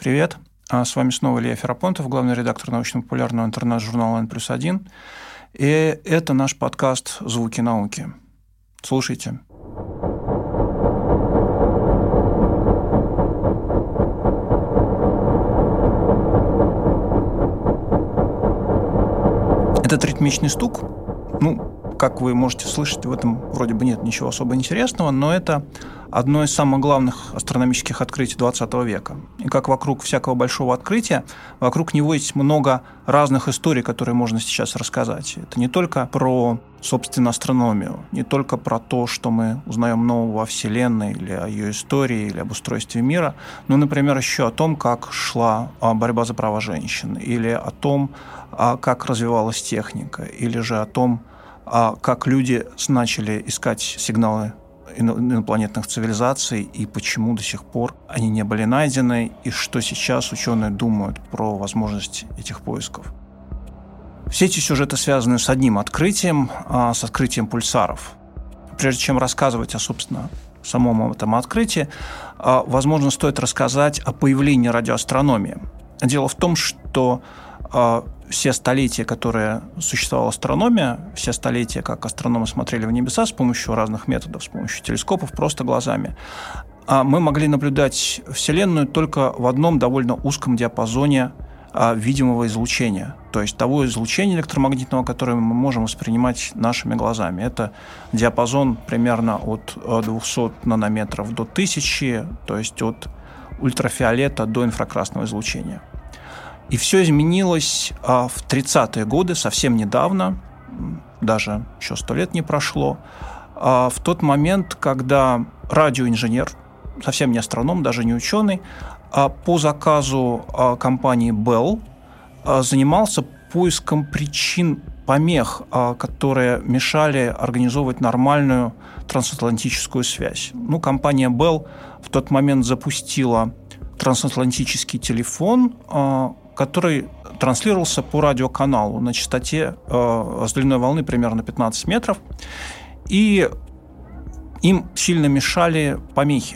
Привет. С вами снова Илья Ферапонтов, главный редактор научно-популярного интернет-журнала N+1. И это наш подкаст «Звуки науки». Слушайте. Этот ритмичный стук, как вы можете слышать, в этом вроде бы нет ничего особо интересного, но это одно из самых главных астрономических открытий XX века. И как вокруг всякого большого открытия, вокруг него есть много разных историй, которые можно сейчас рассказать. Это не только про, собственно, астрономию, не только про то, что мы узнаем нового о Вселенной или о ее истории, или об устройстве мира, но, например, еще о том, как шла борьба за права женщин, или о том, как развивалась техника, или же о том, как люди начали искать сигналы инопланетных цивилизаций и почему до сих пор они не были найдены, и что сейчас ученые думают про возможность этих поисков. Все эти сюжеты связаны с одним открытием, с открытием пульсаров. Прежде чем рассказывать о, собственно, самом этом открытии, возможно, стоит рассказать о появлении радиоастрономии. Дело в том, что все столетия, которые существовала астрономия, все столетия, как астрономы смотрели в небеса с помощью разных методов, с помощью телескопов, просто глазами, мы могли наблюдать Вселенную только в одном довольно узком диапазоне видимого излучения, то есть того излучения электромагнитного, которое мы можем воспринимать нашими глазами. Это диапазон примерно от 200 нанометров до 1000, то есть от ультрафиолета до инфракрасного излучения. И все изменилось в 30-е годы, совсем недавно, даже еще 100 лет не прошло, в тот момент, когда радиоинженер, совсем не астроном, даже не ученый, по заказу компании Bell занимался поиском причин помех, которые мешали организовывать нормальную трансатлантическую связь. Компания Bell в тот момент запустила трансатлантический телефон, который транслировался по радиоканалу на частоте с длиной волны примерно 15 метров, и им сильно мешали помехи.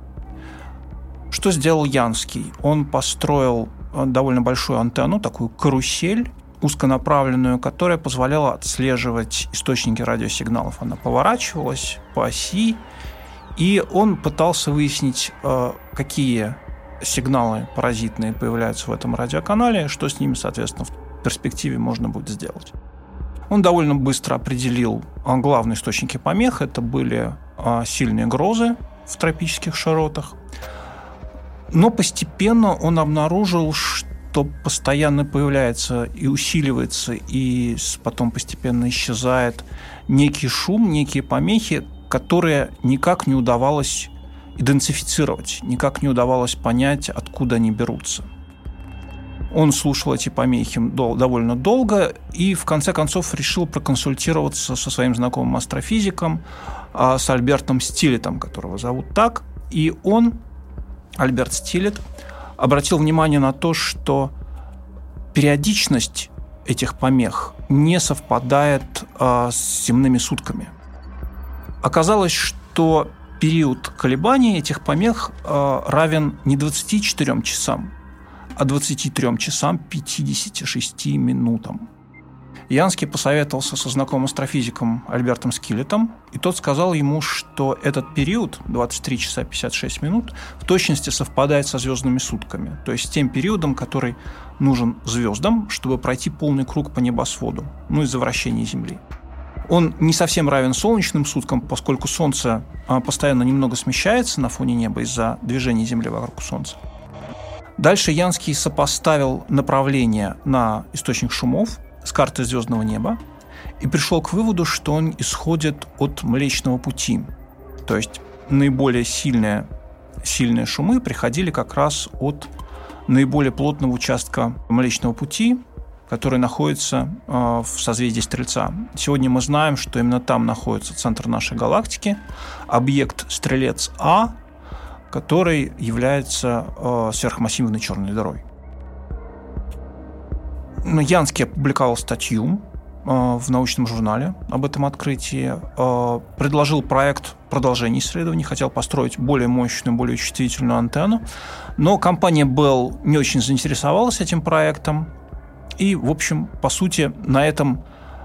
Что сделал Янский? Он построил довольно большую антенну, такую карусель, узконаправленную, которая позволяла отслеживать источники радиосигналов. Она поворачивалась по оси, и он пытался выяснить, какие сигналы паразитные появляются в этом радиоканале, что с ними, соответственно, в перспективе можно будет сделать. Он довольно быстро определил главные источники помех. Это были сильные грозы в тропических широтах. Но постепенно он обнаружил, что постоянно появляется и усиливается, и потом постепенно исчезает некий шум, некие помехи, которые никак не удавалось идентифицировать, никак не удавалось понять, откуда они берутся. Он слушал эти помехи довольно долго и, в конце концов, решил проконсультироваться со своим знакомым астрофизиком, с Альбертом Стилетом, которого зовут так. И он, Альберт Стилет, обратил внимание на то, что периодичность этих помех не совпадает с земными сутками. Оказалось, что период колебаний этих помех равен не 24 часам, а 23 часам 56 минутам. Янский посоветовался со знакомым астрофизиком Альбертом Стилетом, и тот сказал ему, что этот период, 23 часа 56 минут, в точности совпадает со звездными сутками, то есть с тем периодом, который нужен звездам, чтобы пройти полный круг по небосводу, из-за вращения Земли. Он не совсем равен солнечным суткам, поскольку Солнце постоянно немного смещается на фоне неба из-за движения Земли вокруг Солнца. Дальше Янский сопоставил направление на источник шумов с карты звездного неба и пришел к выводу, что он исходит от Млечного Пути. То есть наиболее сильные шумы приходили как раз от наиболее плотного участка Млечного Пути, который находится в созвездии Стрельца. Сегодня мы знаем, что именно там находится центр нашей галактики, объект Стрелец-А, который является сверхмассивной черной дырой. Янский опубликовал статью, в научном журнале об этом открытии, предложил проект продолжения исследований, хотел построить более мощную, более чувствительную антенну, но компания Bell не очень заинтересовалась этим проектом, и, в общем, по сути, на этом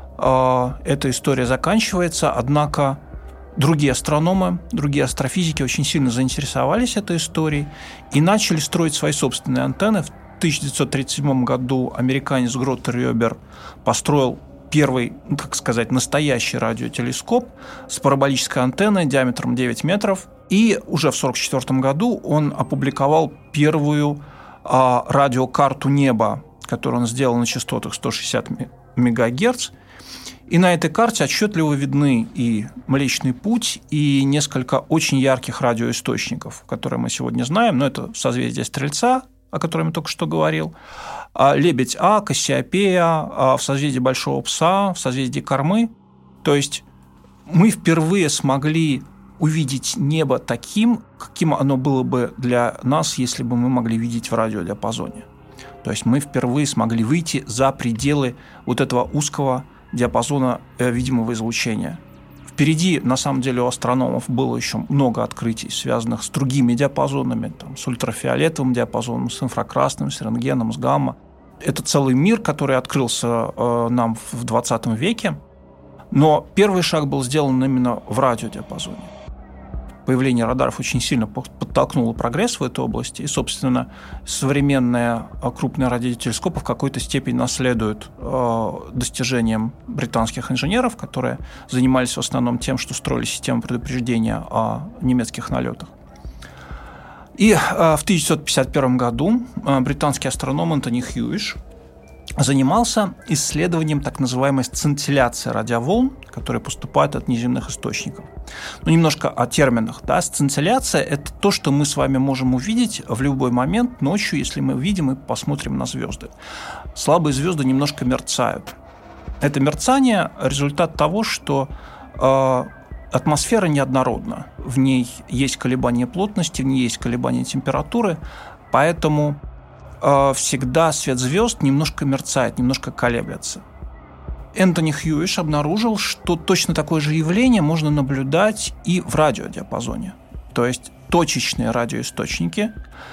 эта история заканчивается, однако другие астрономы, другие астрофизики очень сильно заинтересовались этой историей и начали строить свои собственные антенны. В 1937 году американец Гротте Рёбер построил первый, настоящий радиотелескоп с параболической антенной диаметром 9 метров. И уже в 1944 году он опубликовал первую радиокарту неба, которую он сделал на частотах 160 МГц. И на этой карте отчетливо видны и Млечный Путь, и несколько очень ярких радиоисточников, которые мы сегодня знаем. Но это созвездие Стрельца, о котором я только что говорил, Лебедь А, Кассиопея, в созвездии Большого Пса, в созвездии Кормы. То есть мы впервые смогли увидеть небо таким, каким оно было бы для нас, если бы мы могли видеть в радиодиапазоне. То есть мы впервые смогли выйти за пределы вот этого узкого диапазона видимого излучения. Впереди, на самом деле, у астрономов было еще много открытий, связанных с другими диапазонами, с ультрафиолетовым диапазоном, с инфракрасным, с рентгеном, с гамма. Это целый мир, который открылся нам в 20 веке, но первый шаг был сделан именно в радиодиапазоне. Появление радаров очень сильно подтолкнуло прогресс в этой области, и, собственно, современные крупные радиотелескопы в какой-то степени наследуют достижениям британских инженеров, которые занимались в основном тем, что строили систему предупреждения о немецких налетах. И в 1951 году британский астроном Энтони Хьюиш занимался исследованием так называемой сцинтилляции радиоволн, которые поступают от неземных источников. Немножко о терминах. Сцинтилляция – это то, что мы с вами можем увидеть в любой момент ночью, если мы видим и посмотрим на звезды. Слабые звезды немножко мерцают. Это мерцание – результат того, что атмосфера неоднородна. В ней есть колебания плотности, в ней есть колебания температуры, поэтому всегда свет звезд немножко мерцает, немножко колеблется. Энтони Хьюиш обнаружил, что точно такое же явление можно наблюдать и в радиодиапазоне. То есть точечные радиоисточники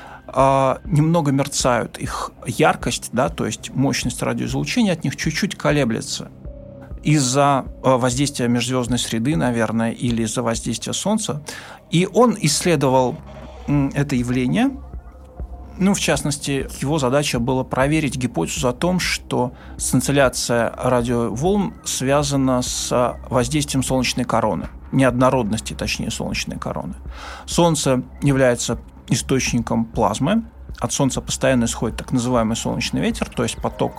немного мерцают, их яркость, то есть мощность радиоизлучения от них чуть-чуть колеблется из-за воздействия межзвездной среды, наверное, или из-за воздействия Солнца. И он исследовал это явление. В частности, его задача была проверить гипотезу о том, что сцинтилляция радиоволн связана с воздействием солнечной короны, неоднородности, точнее, солнечной короны. Солнце является источником плазмы. От Солнца постоянно исходит так называемый солнечный ветер, то есть поток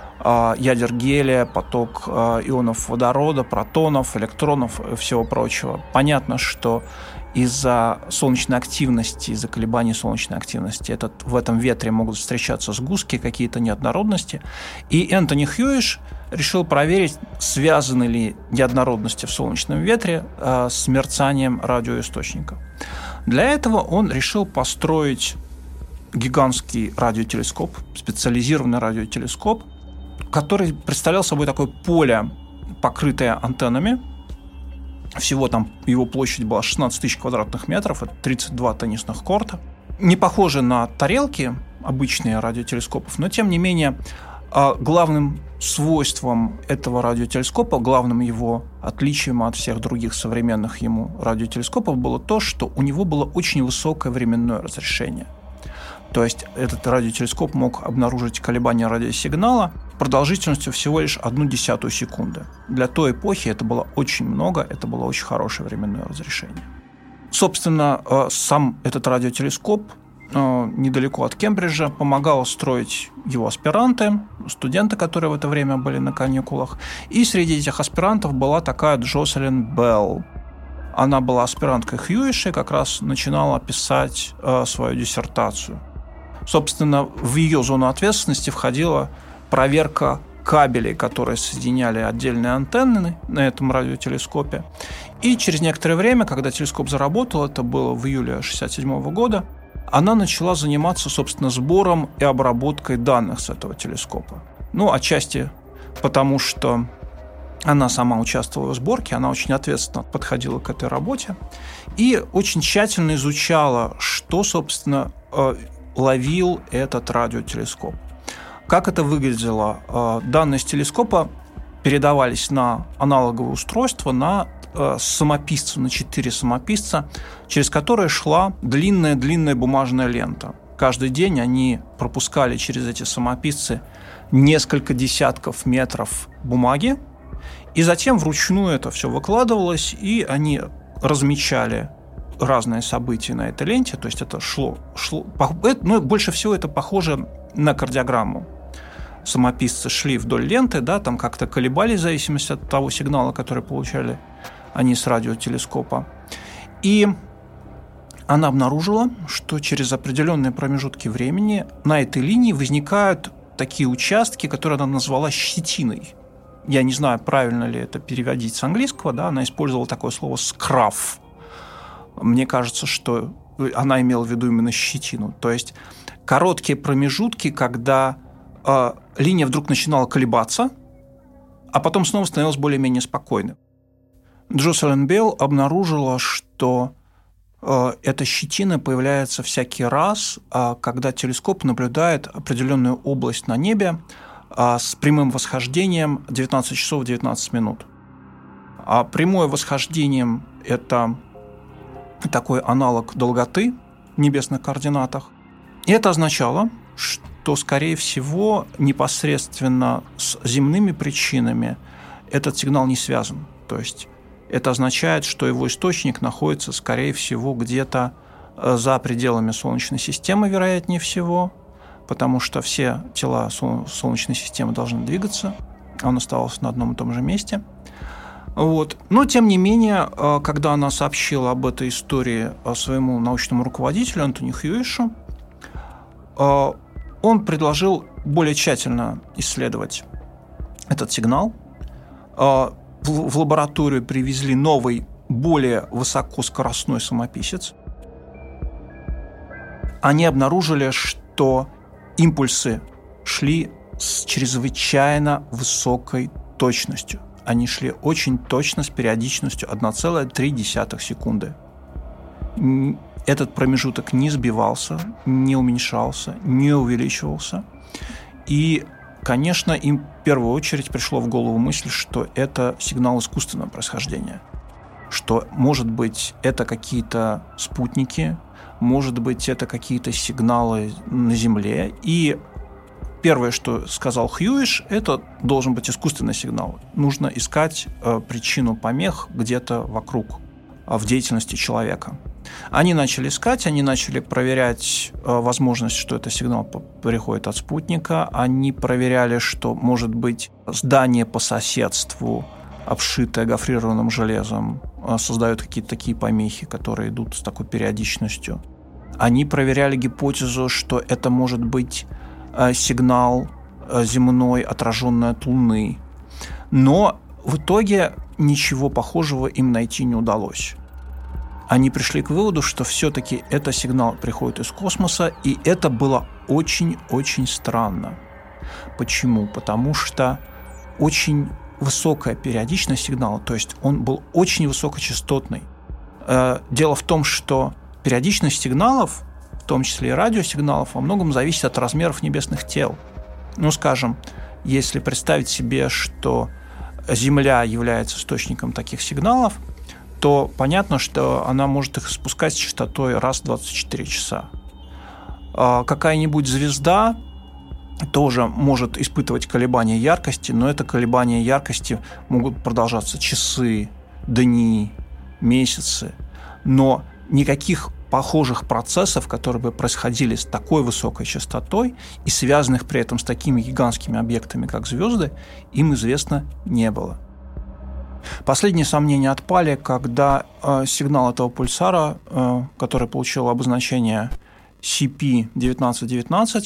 ядер гелия, поток ионов водорода, протонов, электронов и всего прочего. Понятно, что из-за солнечной активности, из-за колебаний солнечной активности в этом ветре могут встречаться сгустки, какие-то неоднородности. И Энтони Хьюиш решил проверить, связаны ли неоднородности в солнечном ветре с мерцанием радиоисточника. Для этого он решил построить гигантский радиотелескоп, специализированный радиотелескоп, который представлял собой такое поле, покрытое антеннами. Всего там его площадь была 16 тысяч квадратных метров, это 32 теннисных корта. Не похоже на тарелки обычные радиотелескопов, но тем не менее главным свойством этого радиотелескопа, главным его отличием от всех других современных ему радиотелескопов было то, что у него было очень высокое временное разрешение. То есть этот радиотелескоп мог обнаружить колебания радиосигнала продолжительностью всего лишь 0,1 секунды. Для той эпохи это было очень много, это было очень хорошее временное разрешение. Собственно, сам этот радиотелескоп недалеко от Кембриджа помогал строить его аспиранты, студенты, которые в это время были на каникулах. И среди этих аспирантов была такая Джоселин Белл. Она была аспиранткой Хьюиша и как раз начинала писать свою диссертацию. Собственно, в ее зону ответственности входила проверка кабелей, которые соединяли отдельные антенны на этом радиотелескопе. И через некоторое время, когда телескоп заработал, это было в июле 1967 года, она начала заниматься, собственно, сбором и обработкой данных с этого телескопа. Отчасти потому, что Она сама участвовала в сборке, она очень ответственно подходила к этой работе и очень тщательно изучала, что, собственно, ловил этот радиотелескоп. Как это выглядело? Данные с телескопа передавались на аналоговое устройство, на самописца, на 4 самописца, через которые шла длинная бумажная лента. Каждый день они пропускали через эти самописцы несколько десятков метров бумаги, и затем вручную это все выкладывалось, и они размечали разные события на этой ленте, то есть это шло, больше всего это похоже на кардиограмму. Самописцы шли вдоль ленты, да, там как-то колебались в зависимости от того сигнала, который получали они с радиотелескопа. И она обнаружила, что через определенные промежутки времени на этой линии возникают такие участки, которые она назвала щетиной. Я не знаю, правильно ли это переводить с английского, да, она использовала такое слово «скраф». Мне кажется, что она имела в виду именно щетину. То есть короткие промежутки, когда линия вдруг начинала колебаться, а потом снова становилась более-менее спокойной. Джоселин Белл обнаружила, что эта щетина появляется всякий раз, когда телескоп наблюдает определенную область на небе с прямым восхождением 19 часов 19 минут. А прямое восхождение – это такой аналог долготы в небесных координатах. И это означало, что, скорее всего, непосредственно с земными причинами этот сигнал не связан. То есть это означает, что его источник находится, скорее всего, где-то за пределами Солнечной системы, вероятнее всего, потому что все тела Солнечной системы должны двигаться, а он оставался на одном и том же месте. Вот. Но, тем не менее, когда она сообщила об этой истории своему научному руководителю Энтони Хьюишу, он предложил более тщательно исследовать этот сигнал. В лабораторию привезли новый, более высокоскоростной самописец. Они обнаружили, что импульсы шли с чрезвычайно высокой точностью. Они шли очень точно, с периодичностью 1,3 секунды. Этот промежуток не сбивался, не уменьшался, не увеличивался. И, конечно, им в первую очередь пришло в голову мысль, что это сигнал искусственного происхождения. Что, может быть, это какие-то спутники, может быть, это какие-то сигналы на Земле. И первое, что сказал Хьюиш, это должен быть искусственный сигнал. Нужно искать причину помех где-то вокруг, в деятельности человека. Они начали искать, они начали проверять возможность, что это сигнал приходит от спутника. Они проверяли, что, может быть, здание по соседству, обшитое гофрированным железом, создает какие-то такие помехи, которые идут с такой периодичностью. Они проверяли гипотезу, что это может быть сигнал земной, отраженный от Луны. Но в итоге ничего похожего им найти не удалось. Они пришли к выводу, что все-таки это сигнал приходит из космоса, и это было очень-очень странно. Почему? Потому что очень высокая периодичность сигнала, то есть он был очень высокочастотный. Дело в том, что периодичность сигналов, в том числе и радиосигналов, во многом зависит от размеров небесных тел. Ну, скажем, если представить себе, что Земля является источником таких сигналов, то понятно, что она может их спускать с частотой раз в 24 часа. Какая-нибудь звезда тоже может испытывать колебания яркости, но это колебания яркости могут продолжаться часы, дни, месяцы. Но никаких похожих процессов, которые бы происходили с такой высокой частотой и связанных при этом с такими гигантскими объектами, как звезды, им известно не было. Последние сомнения отпали, когда сигнал этого пульсара, который получил обозначение CP1919,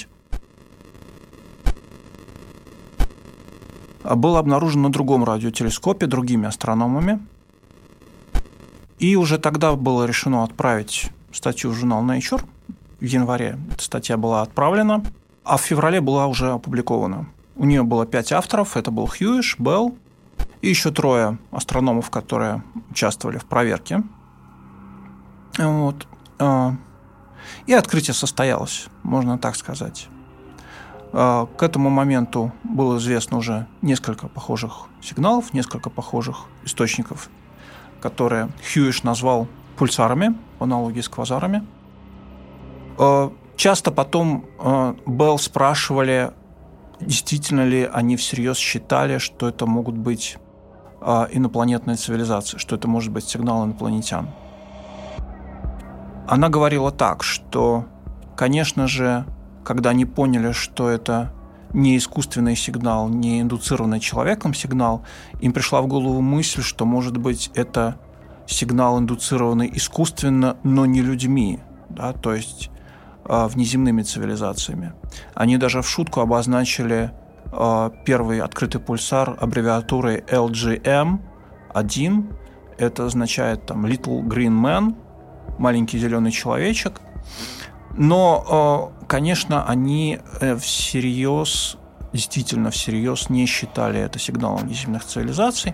был обнаружен на другом радиотелескопе другими астрономами. И уже тогда было решено отправить статью в журнал Nature. В январе эта статья была отправлена, а в феврале была уже опубликована. У нее было 5 авторов. Это был Хьюиш, Белл, и еще 3 астрономов, которые участвовали в проверке. Вот. И открытие состоялось, можно так сказать. К этому моменту было известно уже несколько похожих сигналов, несколько похожих источников, которые Хьюиш назвал пульсарами, по аналогии с квазарами. Часто потом Белл спрашивали, действительно ли они всерьез считали, что это могут быть инопланетные цивилизации, что это может быть сигнал инопланетян. Она говорила так, что, конечно же, когда они поняли, что это не искусственный сигнал, не индуцированный человеком сигнал, им пришла в голову мысль, что, может быть, это сигнал, индуцированный искусственно, но не людьми, да, то есть внеземными цивилизациями. Они даже в шутку обозначили первый открытый пульсар аббревиатурой LGM-1. Это означает там Little Green Man, маленький зеленый человечек. Но, конечно, они всерьез, действительно всерьез не считали это сигналом внеземных цивилизаций.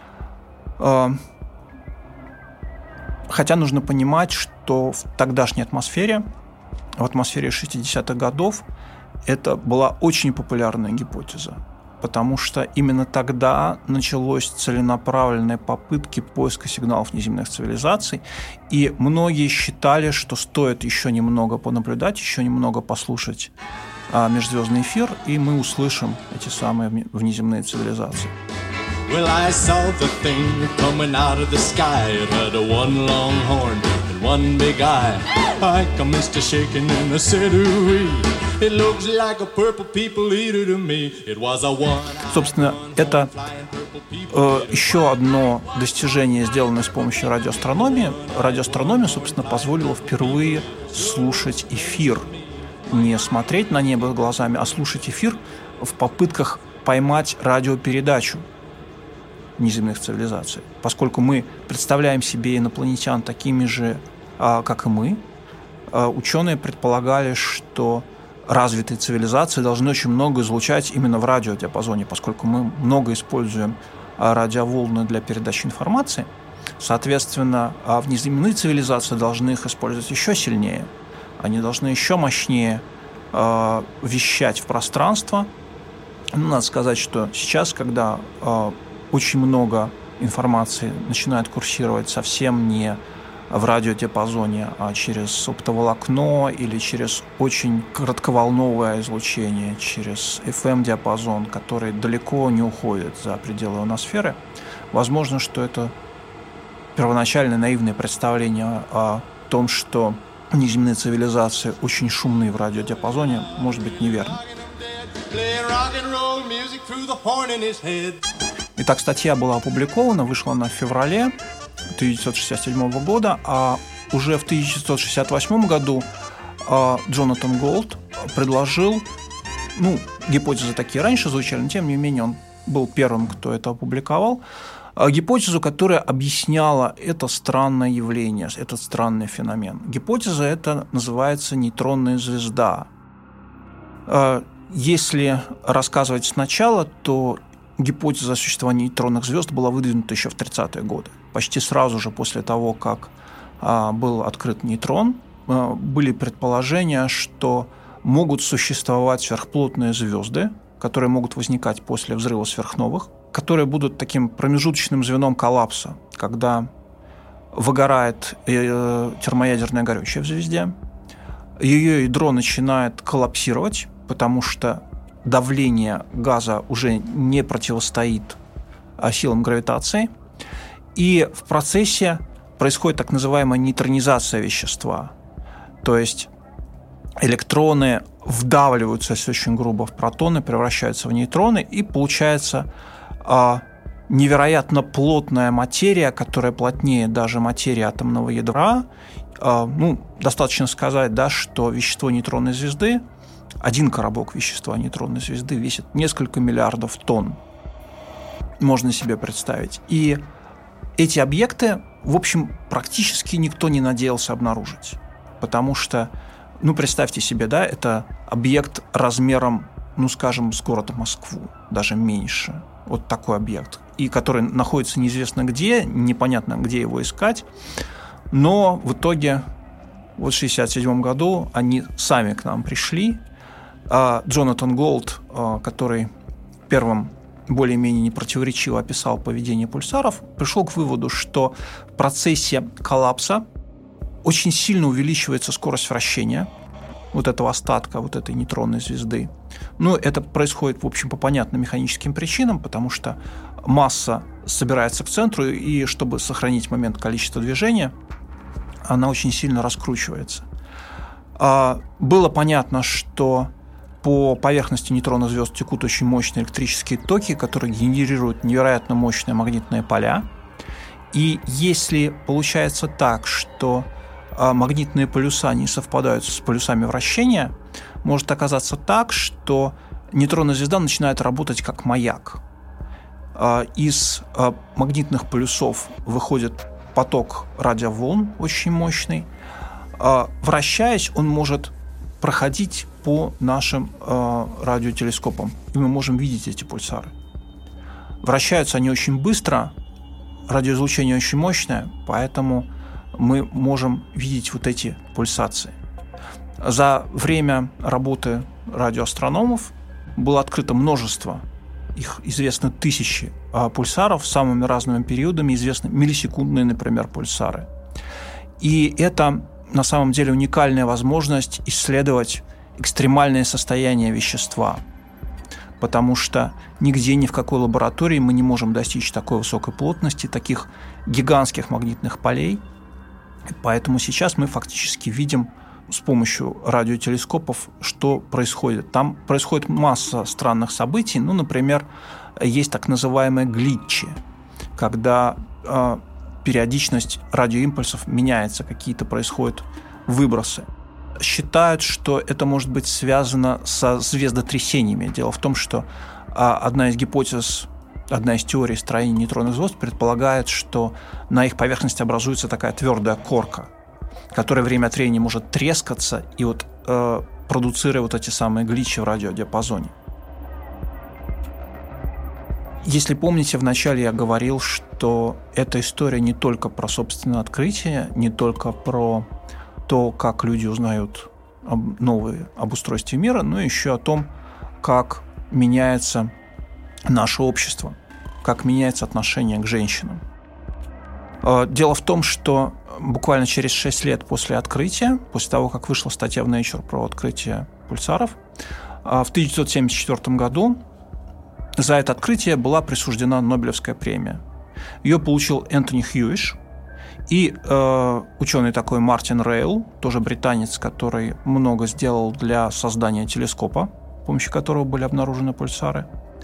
Хотя нужно понимать, что в тогдашней атмосфере, в атмосфере 60-х годов, это была очень популярная гипотеза, потому что именно тогда началось целенаправленные попытки поиска сигналов внеземных цивилизаций, и многие считали, что стоит еще немного понаблюдать, еще немного послушать межзвездный эфир, и мы услышим эти самые внеземные цивилизации. Well, I saw the thing coming out of the sky. It had a one long horn and one big eye. I commenced to shaking and I said, ooh, it looks like a purple people eater to me. It was a one. Собственно, это еще одно достижение, сделанное с помощью радиоастрономии. Радиоастрономия, собственно, позволила впервые слушать эфир. Не смотреть на небо глазами, а слушать эфир в попытках поймать радиопередачу внеземных цивилизаций. Поскольку мы представляем себе инопланетян такими же, как и мы, ученые предполагали, что развитые цивилизации должны очень много излучать именно в радиодиапазоне, поскольку мы много используем радиоволны для передачи информации. Соответственно, внеземные цивилизации должны их использовать еще сильнее. Они должны еще мощнее вещать в пространство. Надо сказать, что сейчас, когда очень много информации начинает курсировать совсем не в радиодиапазоне, а через оптоволокно или через очень коротковолновое излучение, через FM-диапазон, который далеко не уходит за пределы ионосферы, возможно, что это первоначальное наивное представление о том, что внеземные цивилизации очень шумные в радиодиапазоне, может быть неверно. Итак, статья была опубликована, вышла она в феврале 1967 года, а уже в 1968 году Джонатан Голд предложил, гипотезы такие раньше звучали, но тем не менее он был первым, кто это опубликовал, гипотезу, которая объясняла это странное явление, этот странный феномен. Гипотеза эта называется нейтронная звезда. Если рассказывать сначала, то гипотеза о существовании нейтронных звезд была выдвинута еще в 30-е годы. Почти сразу же после того, как был открыт нейтрон, были предположения, что могут существовать сверхплотные звезды, которые могут возникать после взрыва сверхновых, которые будут таким промежуточным звеном коллапса, когда выгорает термоядерное горючее в звезде, ее ядро начинает коллапсировать, потому что давление газа уже не противостоит силам гравитации, и в процессе происходит так называемая нейтронизация вещества. То есть электроны вдавливаются, если очень грубо, в протоны, превращаются в нейтроны, и получается невероятно плотная материя, которая плотнее даже материи атомного ядра. Достаточно сказать, да, что вещество нейтронной звезды, один коробок вещества нейтронной звезды весит несколько миллиардов тонн. Можно себе представить. И эти объекты, в общем, практически никто не надеялся обнаружить. Потому что, представьте себе, да, это объект размером, скажем, с город Москву, даже меньше. Вот такой объект. и который находится неизвестно где, непонятно, где его искать. Но в итоге вот в 1967 году они сами к нам пришли. Джонатан Голд, который первым более-менее непротиворечиво описал поведение пульсаров, пришел к выводу, что в процессе коллапса очень сильно увеличивается скорость вращения вот этого остатка, вот этой нейтронной звезды. Но это происходит, в общем, по понятным механическим причинам, потому что масса собирается к центру, и чтобы сохранить момент количества движения, она очень сильно раскручивается. Было понятно, что по поверхности нейтронных звезд текут очень мощные электрические токи, которые генерируют невероятно мощные магнитные поля. И если получается так, что магнитные полюса не совпадают с полюсами вращения, может оказаться так, что нейтронная звезда начинает работать как маяк. Из магнитных полюсов выходит поток радиоволн очень мощный. Вращаясь, он может проходить по нашим радиотелескопам, и мы можем видеть эти пульсары. Вращаются они очень быстро, радиоизлучение очень мощное, поэтому мы можем видеть вот эти пульсации. За время работы радиоастрономов было открыто множество, их известно тысячи пульсаров с самыми разными периодами, известны миллисекундные, например, пульсары. И это на самом деле уникальная возможность исследовать экстремальное состояние вещества, потому что нигде, ни в какой лаборатории мы не можем достичь такой высокой плотности, таких гигантских магнитных полей. Поэтому сейчас мы фактически видим с помощью радиотелескопов, что происходит. Там происходит масса странных событий. Ну, например, есть так называемые глитчи, когда периодичность радиоимпульсов меняется, какие-то происходят выбросы. Считают, что это может быть связано со звездотрясениями. Дело в том, что одна из гипотез, одна из теорий строения нейтронных звезд предполагает, что на их поверхности образуется такая твердая корка, которая время от времени может трескаться и вот продуцируя вот эти самые глитчи в радиодиапазоне. Если помните, вначале я говорил, что эта история не только про собственное открытие, не только про то, как люди узнают об устройстве мира, но еще о том, как меняется наше общество, как меняется отношение к женщинам. Дело в том, что буквально через 6 лет после открытия, после того, как вышла статья в Nature про открытие пульсаров, в 1974 году за это открытие была присуждена Нобелевская премия. Ее получил Энтони Хьюиш и ученый такой Мартин Рейл, тоже британец, который много сделал для создания телескопа, с помощью которого были обнаружены пульсары.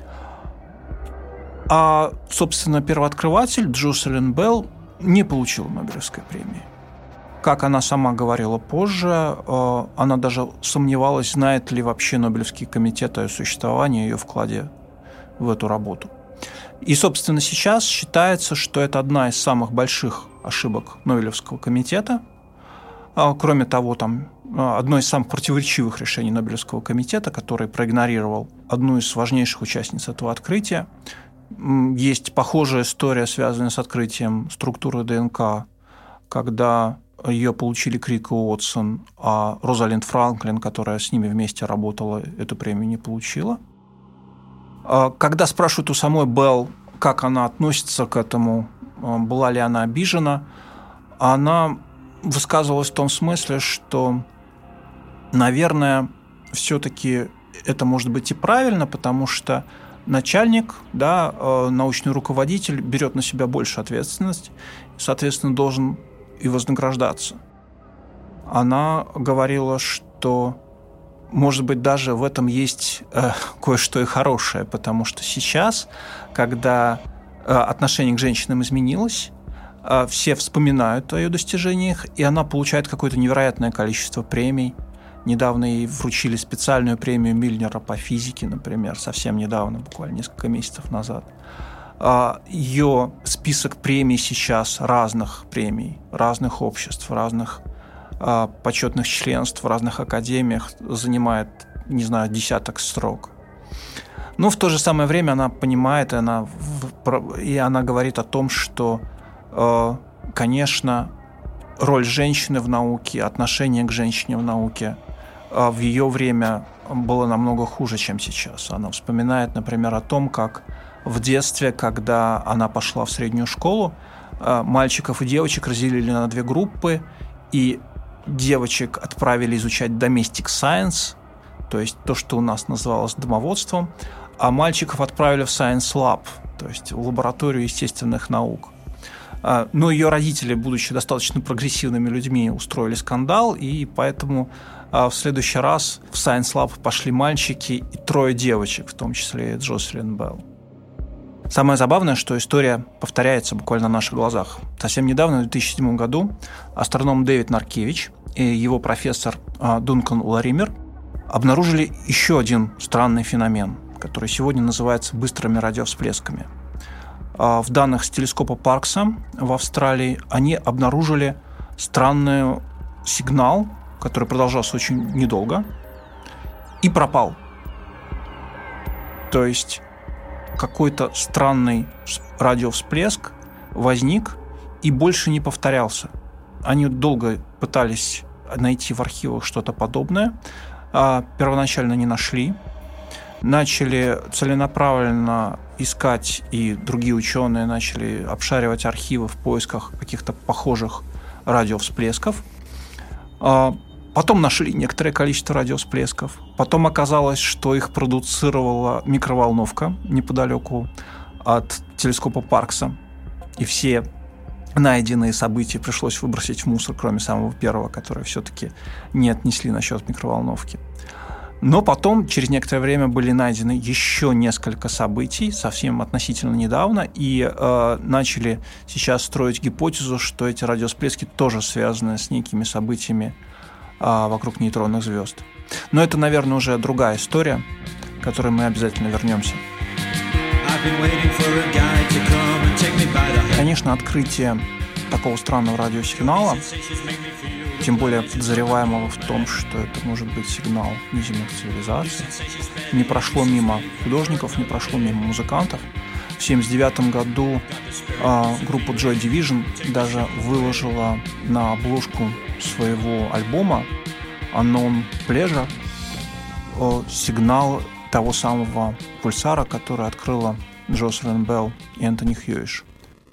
А, собственно, первооткрыватель Джоселин Белл не получила Нобелевской премии. Как она сама говорила позже, она даже сомневалась, знает ли вообще Нобелевский комитет о ее существовании, ее вкладе в эту работу. И, собственно, сейчас считается, что это одна из самых больших ошибок Нобелевского комитета. Кроме того, там одно из самых противоречивых решений Нобелевского комитета, который проигнорировал одну из важнейших участниц этого открытия. Есть похожая история, связанная с открытием структуры ДНК, когда ее получили Крик и Уотсон, а Розалинд Франклин, которая с ними вместе работала, эту премию не получила. Когда спрашивают у самой Белл, как она относится к этому, была ли она обижена, она высказывалась в том смысле, что, наверное, все-таки это может быть и правильно, потому что начальник, научный руководитель берет на себя больше ответственности, соответственно, должен и вознаграждаться. Она говорила, что, может быть, даже в этом есть кое-что и хорошее, потому что сейчас, когда отношение к женщинам изменилось, все вспоминают о ее достижениях, и она получает какое-то невероятное количество премий. Недавно ей вручили специальную премию Мильнера по физике, например, совсем недавно, буквально несколько месяцев назад. Ее список премий сейчас, разных премий, разных обществ, разных почетных членств в разных академиях занимает, не знаю, десяток строк. Но в то же самое время она понимает, и она говорит о том, что, конечно, роль женщины в науке, отношение к женщине в науке в ее время было намного хуже, чем сейчас. Она вспоминает, например, о том, как в детстве, когда она пошла в среднюю школу, мальчиков и девочек разделили на 2 группы, и девочек отправили изучать domestic science, то есть то, что у нас называлось домоводством, а мальчиков отправили в Science Lab, то есть в лабораторию естественных наук. Но ее родители, будучи достаточно прогрессивными людьми, устроили скандал, и поэтому в следующий раз в Science Lab пошли мальчики и 3 девочек, в том числе и Джоселин Белл. Самое забавное, что история повторяется буквально на наших глазах. Совсем недавно, в 2007 году, астроном Дэвид Наркевич и его профессор Дункан Лаример обнаружили еще один странный феномен, который сегодня называется быстрыми радиовсплесками. В данных с телескопа Паркса в Австралии они обнаружили странный сигнал, который продолжался очень недолго и пропал. То есть какой-то странный радиовсплеск возник и больше не повторялся. Они долго пытались найти в архивах что-то подобное, первоначально не нашли. Начали целенаправленно искать, и другие ученые начали обшаривать архивы в поисках каких-то похожих радиовсплесков. Потом нашли некоторое количество радиовсплесков. Потом оказалось, что их продуцировала микроволновка неподалеку от телескопа Паркса. И все найденные события пришлось выбросить в мусор, кроме самого первого, которое все-таки не отнесли на счет микроволновки. Но потом, через некоторое время, были найдены еще несколько событий, совсем относительно недавно, и начали сейчас строить гипотезу, что эти радиовсплески тоже связаны с некими событиями вокруг нейтронных звезд. Но это, наверное, уже другая история, к которой мы обязательно вернемся. Конечно, открытие такого странного радиосигнала, тем более подозреваемого в том, что это может быть сигнал неземных цивилизаций, не прошло мимо художников, не прошло мимо музыкантов. В 1979 году группа Joy Division даже выложила на обложку своего альбома Unknown Pleasure сигнал того самого пульсара, который открыла Джоселин Белл и Энтони Хьюиш.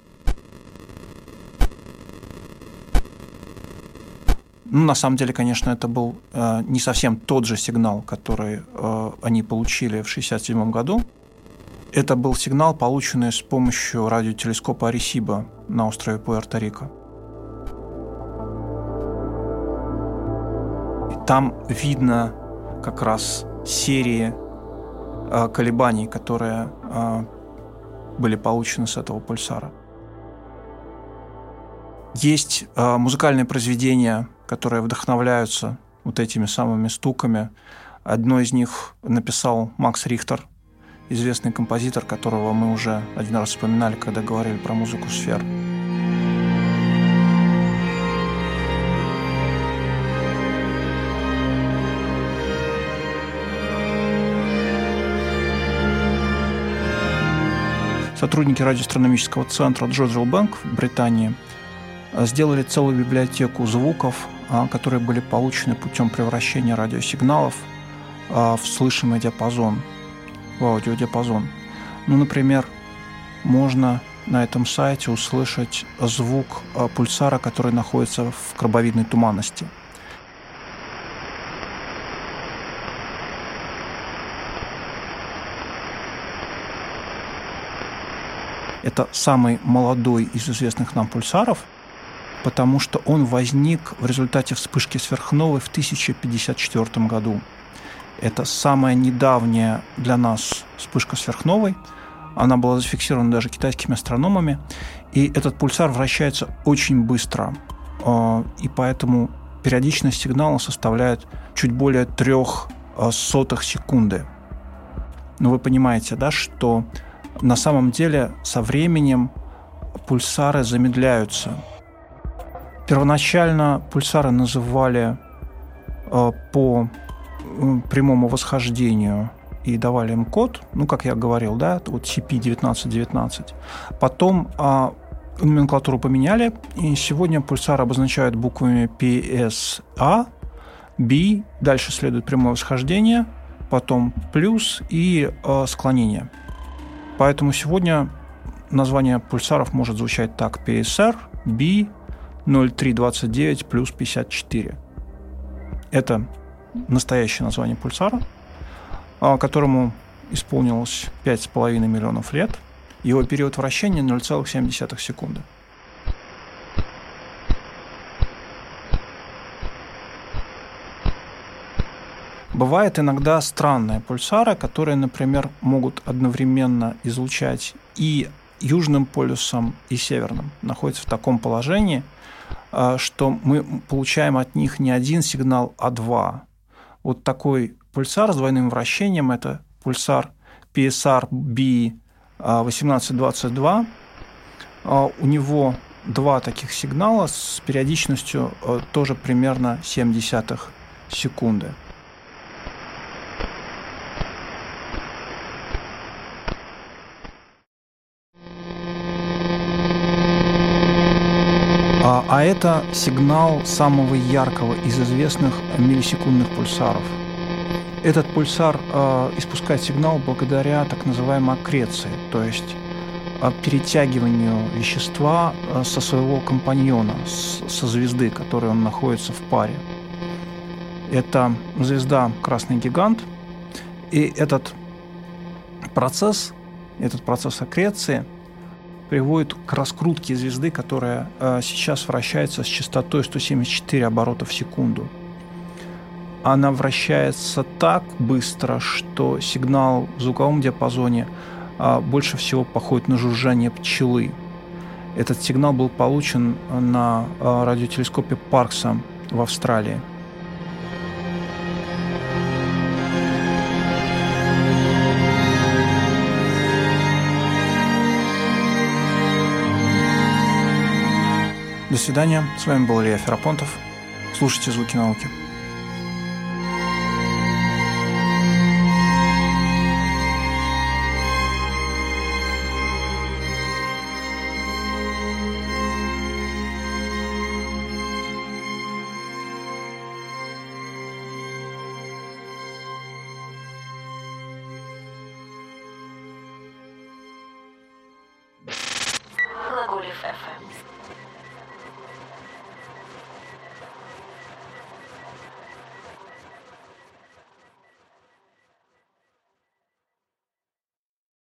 На самом деле, конечно, это был не совсем тот же сигнал, который они получили в 1967 году. Это был сигнал, полученный с помощью радиотелескопа Аресиба на острове Пуэрто-Рико. И там видно как раз серии колебаний, которые были получены с этого пульсара. Есть музыкальные произведения, которые вдохновляются вот этими самыми стуками. Одно из них написал Макс Рихтер, известный композитор, которого мы уже один раз вспоминали, когда говорили про музыку сфер. Сотрудники радиоастрономического центра Джодрилл Бэнк в Британии сделали целую библиотеку звуков, которые были получены путем превращения радиосигналов в слышимый диапазон, в аудиодиапазон. Например, можно на этом сайте услышать звук пульсара, который находится в крабовидной туманности. Это самый молодой из известных нам пульсаров, потому что он возник в результате вспышки сверхновой в 1054 году. Это самая недавняя для нас вспышка сверхновой. Она была зафиксирована даже китайскими астрономами. И этот пульсар вращается очень быстро. И поэтому периодичность сигнала составляет чуть более 0,03 секунды. Но вы понимаете, да, что на самом деле со временем пульсары замедляются. Первоначально пульсары называли по прямому восхождению и давали им код, как я говорил, да, вот CP1919. Потом номенклатуру поменяли, и сегодня пульсары обозначают буквами PSA, B, дальше следует прямое восхождение, потом плюс и склонение. Поэтому сегодня название пульсаров может звучать так: PSR, B, 0329 плюс 54. Это настоящее название пульсара, которому исполнилось 5,5 миллионов лет. Его период вращения 0,7 секунды. Бывают иногда странные пульсары, которые, например, могут одновременно излучать и южным полюсом, и северным. Находятся в таком положении, что мы получаем от них не один сигнал, а два. Вот такой пульсар с двойным вращением – это пульсар PSR-B 1822. У него два таких сигнала с периодичностью тоже примерно 0,7 секунды. А это сигнал самого яркого из известных миллисекундных пульсаров. Этот пульсар испускает сигнал благодаря так называемой аккреции, то есть перетягиванию вещества со своего компаньона, со звезды, которой он находится в паре. Это звезда «Красный гигант», и этот процесс аккреции приводит к раскрутке звезды, которая сейчас вращается с частотой 174 оборота в секунду. Она вращается так быстро, что сигнал в звуковом диапазоне больше всего походит на жужжание пчелы. Этот сигнал был получен на радиотелескопе Паркса в Австралии. До свидания. С вами был Илья Ферапонтов. Слушайте «Звуки науки». Глаголев FM.